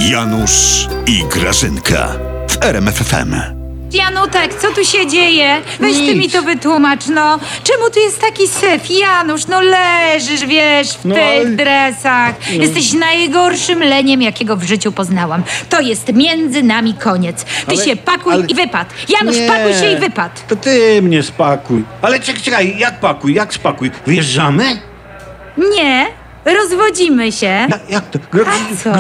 Janusz i Grażynka w RMF FM. Janutek, co tu się dzieje? Weź ty mi to wytłumacz, no. Czemu tu jest taki syf? Janusz, no leżysz, wiesz, w tych dresach. Jesteś najgorszym leniem, jakiego w życiu poznałam. To jest między nami koniec. Ty się pakuj i wypad. Janusz, pakuj się i wypad. To ty mnie spakuj. Ale czekaj, jak pakuj, jak spakuj? Wyjeżdżamy? Nie, rozwodzimy się. Jak to? co?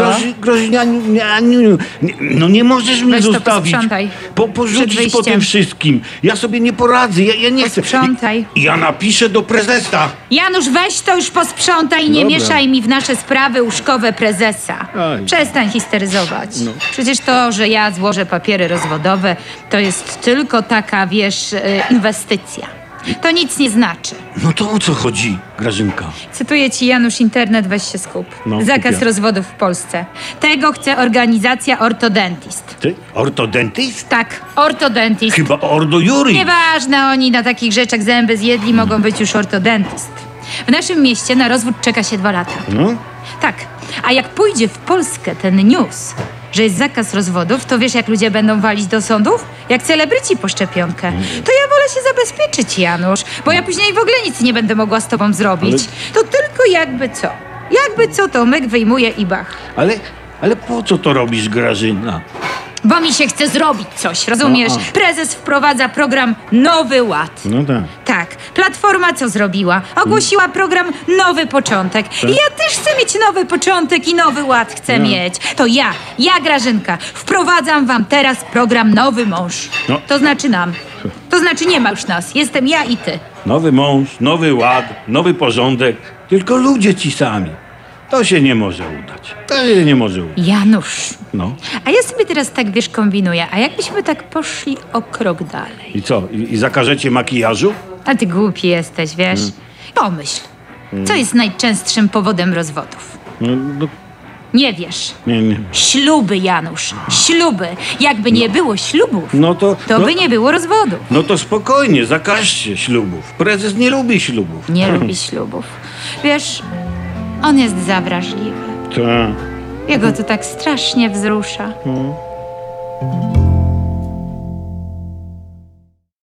No nie możesz mnie Weź to zostawić. posprzątaj. Porzucić Przed po tym wyjściem. wszystkim. Ja sobie nie poradzę, ja nie chcę. Posprzątaj. Ja napiszę do prezesa. Janusz, weź to już posprzątaj i nie Dobra. mieszaj mi w nasze sprawy łóżkowe prezesa. Aj. Przestań histeryzować. No. Przecież to, że ja złożę papiery rozwodowe, to jest tylko taka, wiesz, inwestycja. To nic nie znaczy. No to o co chodzi, Grażynka? Cytuję ci, Janusz, internet, weź się skup. No, Zakaz kupię. rozwodów w Polsce. Tego chce organizacja Ortodentist. Ty? Ortodentyst? Tak, ortodentist. Chyba Ordo Juris. Nieważne, oni na takich rzeczach zęby zjedli, mogą być już ortodentist. W naszym mieście na rozwód czeka się 2 lata. No? Tak, a jak pójdzie w Polskę ten news, że jest zakaz rozwodów, to wiesz, jak ludzie będą walić do sądów? Jak celebryci po szczepionkę. To ja wolę się zabezpieczyć, Janusz, bo ja później w ogóle nic nie będę mogła z tobą zrobić. To tylko jakby co. Jakby co, to myk wyjmuje i bach. Ale po co to robisz, Grażyna? Bo mi się chce zrobić coś, rozumiesz? Prezes wprowadza program Nowy Ład. No tak. Tak, Platforma co zrobiła? Ogłosiła program Nowy Początek. I ja też chcę mieć nowy początek i nowy ład chcę mieć. To ja Grażynka, wprowadzam wam teraz program Nowy Mąż. No. To znaczy nam. To znaczy nie ma już nas. Jestem ja i ty. Nowy mąż, nowy ład, nowy porządek. Tylko ludzie ci sami. To się nie może udać. To się nie może udać. Janusz. No. A ja sobie teraz tak, wiesz, kombinuję. A jakbyśmy tak poszli o krok dalej? I co? I zakażecie makijażu? A ty głupi jesteś, wiesz? Pomyśl. Co jest najczęstszym powodem rozwodów? No, Nie wiesz. nie. Śluby, Janusz. Śluby. Jakby nie było ślubów, No to... to no, by nie było rozwodów. no to spokojnie, zakażcie ślubów. Prezes nie lubi ślubów. Nie lubi ślubów. Wiesz, on jest zawrażliwy. Tak. Jego to tak strasznie wzrusza.